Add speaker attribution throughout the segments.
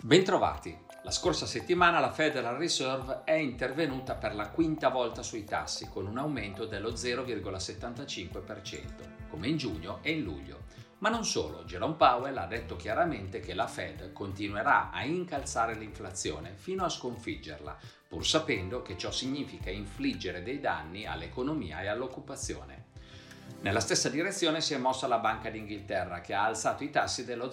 Speaker 1: Bentrovati! La scorsa settimana la Federal Reserve è intervenuta per la quinta volta sui tassi con un aumento dello 0,75%, come in giugno e in luglio. Ma non solo, Jerome Powell ha detto chiaramente che la Fed continuerà a incalzare l'inflazione fino a sconfiggerla, pur sapendo che ciò significa infliggere dei danni all'economia e all'occupazione. Nella stessa direzione si è mossa la Banca d'Inghilterra, che ha alzato i tassi dello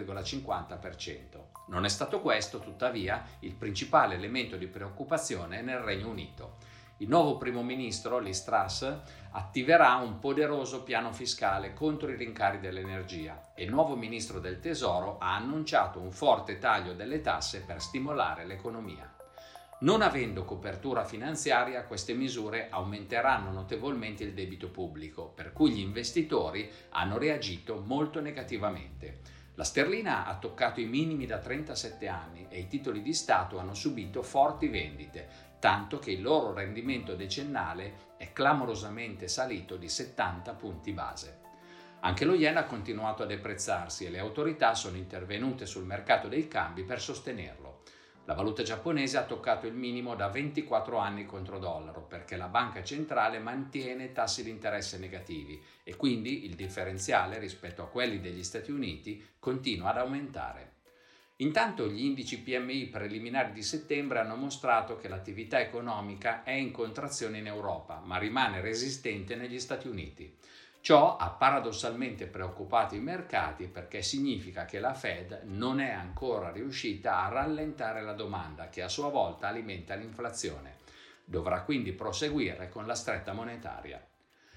Speaker 1: 0,50%. Non è stato questo, tuttavia, il principale elemento di preoccupazione nel Regno Unito. Il nuovo primo ministro, Liz Truss, attiverà un poderoso piano fiscale contro i rincari dell'energia e il nuovo ministro del Tesoro ha annunciato un forte taglio delle tasse per stimolare l'economia. Non avendo copertura finanziaria, queste misure aumenteranno notevolmente il debito pubblico, per cui gli investitori hanno reagito molto negativamente. La sterlina ha toccato i minimi da 37 anni e i titoli di Stato hanno subito forti vendite, tanto che il loro rendimento decennale è clamorosamente salito di 70 punti base. Anche lo yen ha continuato a deprezzarsi e le autorità sono intervenute sul mercato dei cambi per sostenerlo. La valuta giapponese ha toccato il minimo da 24 anni contro dollaro perché la banca centrale mantiene tassi di interesse negativi e quindi il differenziale rispetto a quelli degli Stati Uniti continua ad aumentare. Intanto gli indici PMI preliminari di settembre hanno mostrato che l'attività economica è in contrazione in Europa, ma rimane resistente negli Stati Uniti. Ciò ha paradossalmente preoccupato i mercati perché significa che la Fed non è ancora riuscita a rallentare la domanda, che a sua volta alimenta l'inflazione. Dovrà quindi proseguire con la stretta monetaria.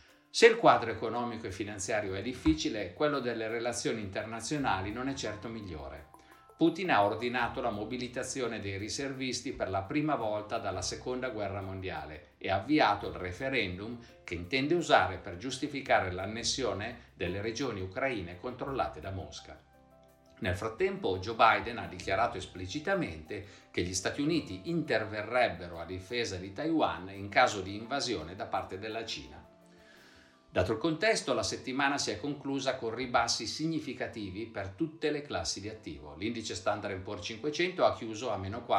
Speaker 1: Se il quadro economico e finanziario è difficile, quello delle relazioni internazionali non è certo migliore. Putin ha ordinato la mobilitazione dei riservisti per la prima volta dalla Seconda Guerra Mondiale e ha avviato il referendum che intende usare per giustificare l'annessione delle regioni ucraine controllate da Mosca. Nel frattempo, Joe Biden ha dichiarato esplicitamente che gli Stati Uniti interverrebbero a difesa di Taiwan in caso di invasione da parte della Cina. Dato il contesto, la settimana si è conclusa con ribassi significativi per tutte le classi di attivo. L'indice Standard & Poor's 500 ha chiuso a meno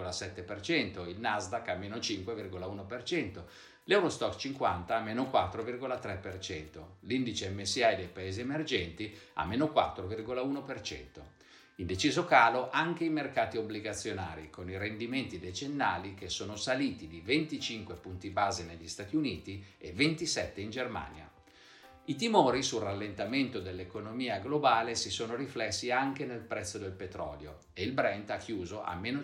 Speaker 1: 4,7%, il Nasdaq a meno 5,1%, l'Eurostoxx 50 a meno 4,3%, l'indice MSCI dei paesi emergenti a meno 4,1%. In deciso calo anche i mercati obbligazionari, con i rendimenti decennali che sono saliti di 25 punti base negli Stati Uniti e 27 in Germania. I timori sul rallentamento dell'economia globale si sono riflessi anche nel prezzo del petrolio e il Brent ha chiuso a meno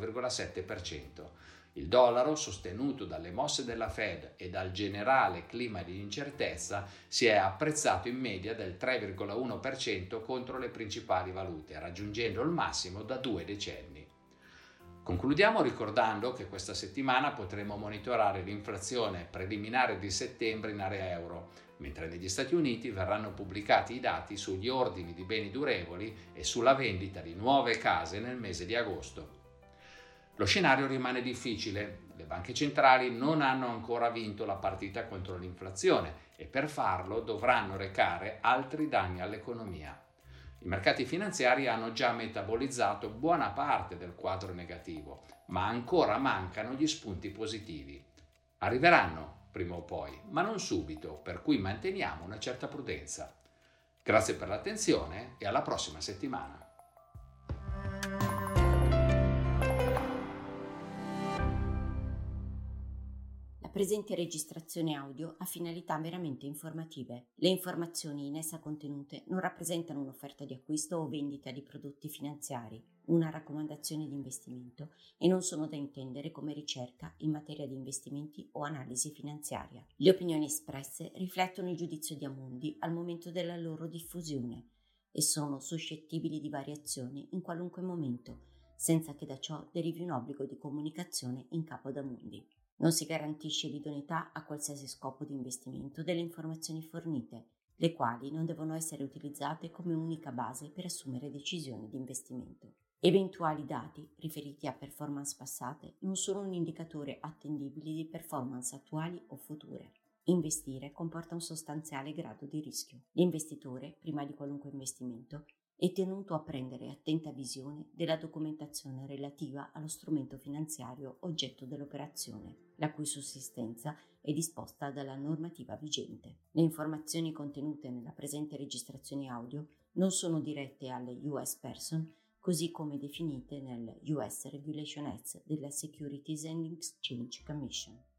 Speaker 1: 5,7%. Il dollaro, sostenuto dalle mosse della Fed e dal generale clima di incertezza, si è apprezzato in media del 3,1% contro le principali valute, raggiungendo il massimo da 2 decenni. Concludiamo ricordando che questa settimana potremo monitorare l'inflazione preliminare di settembre in area euro, mentre negli Stati Uniti verranno pubblicati i dati sugli ordini di beni durevoli e sulla vendita di nuove case nel mese di agosto. Lo scenario rimane difficile, le banche centrali non hanno ancora vinto la partita contro l'inflazione e per farlo dovranno recare altri danni all'economia. I mercati finanziari hanno già metabolizzato buona parte del quadro negativo, ma ancora mancano gli spunti positivi. Arriveranno prima o poi, ma non subito, per cui manteniamo una certa prudenza. Grazie per l'attenzione e alla prossima settimana.
Speaker 2: La presente registrazione audio ha finalità meramente informative. Le informazioni in essa contenute non rappresentano un'offerta di acquisto o vendita di prodotti finanziari, una raccomandazione di investimento e non sono da intendere come ricerca in materia di investimenti o analisi finanziaria. Le opinioni espresse riflettono il giudizio di Amundi al momento della loro diffusione e sono suscettibili di variazioni in qualunque momento, senza che da ciò derivi un obbligo di comunicazione in capo ad Amundi. Non si garantisce l'idoneità a qualsiasi scopo di investimento delle informazioni fornite, le quali non devono essere utilizzate come unica base per assumere decisioni di investimento. Eventuali dati riferiti a performance passate non sono un indicatore attendibile di performance attuali o future. Investire comporta un sostanziale grado di rischio. L'investitore, prima di qualunque investimento, è tenuto a prendere attenta visione della documentazione relativa allo strumento finanziario oggetto dell'operazione, la cui sussistenza è disposta dalla normativa vigente. Le informazioni contenute nella presente registrazione audio non sono dirette alle US Person, così come definite nel US Regulation Act della Securities and Exchange Commission.